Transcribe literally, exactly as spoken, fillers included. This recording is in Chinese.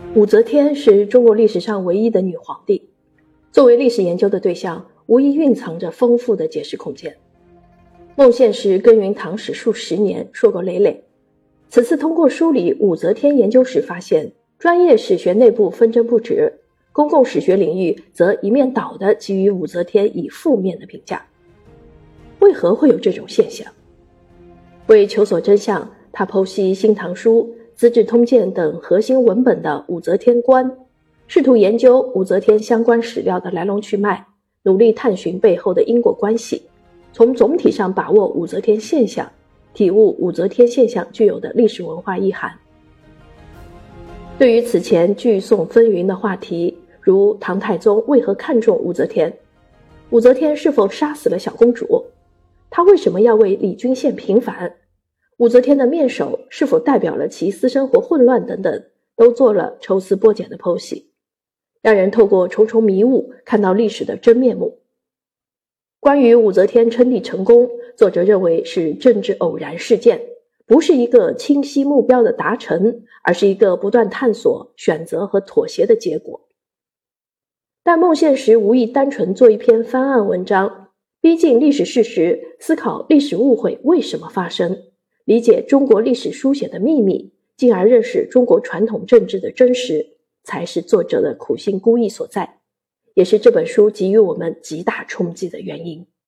武则天是中国历史上唯一的女皇帝，作为历史研究的对象，无疑蕴藏着丰富的解释空间。孟宪实耕耘唐史数十年，硕果累累。此次通过梳理武则天研究史发现，专业史学内部纷争不止，公共史学领域则一面倒地给予武则天以负面的评价。为何会有这种现象？为求索真相，他剖析《新唐书》《资治通鉴》等核心文本的武则天观，试图研究武则天相关史料的来龙去脉，努力探寻背后的因果关系，从总体上把握武则天现象，体悟武则天现象具有的历史文化意涵。对于此前聚讼纷纭的话题，如唐太宗为何看重武则天，武则天是否杀死了小公主，她为什么要为李君羡平反，武则天的面首是否代表了其私生活混乱等等，都做了抽丝剥茧的剖析，让人透过重重迷雾看到历史的真面目。关于武则天称帝成功，作者认为是政治偶然事件，不是一个清晰目标的达成，而是一个不断探索、选择和妥协的结果。但孟宪实无意单纯做一篇翻案文章，逼近历史事实，思考历史误会为什么发生，理解中国历史书写的秘密，进而认识中国传统政治的真实，才是作者的苦心孤诣所在，也是这本书给予我们极大冲击的原因。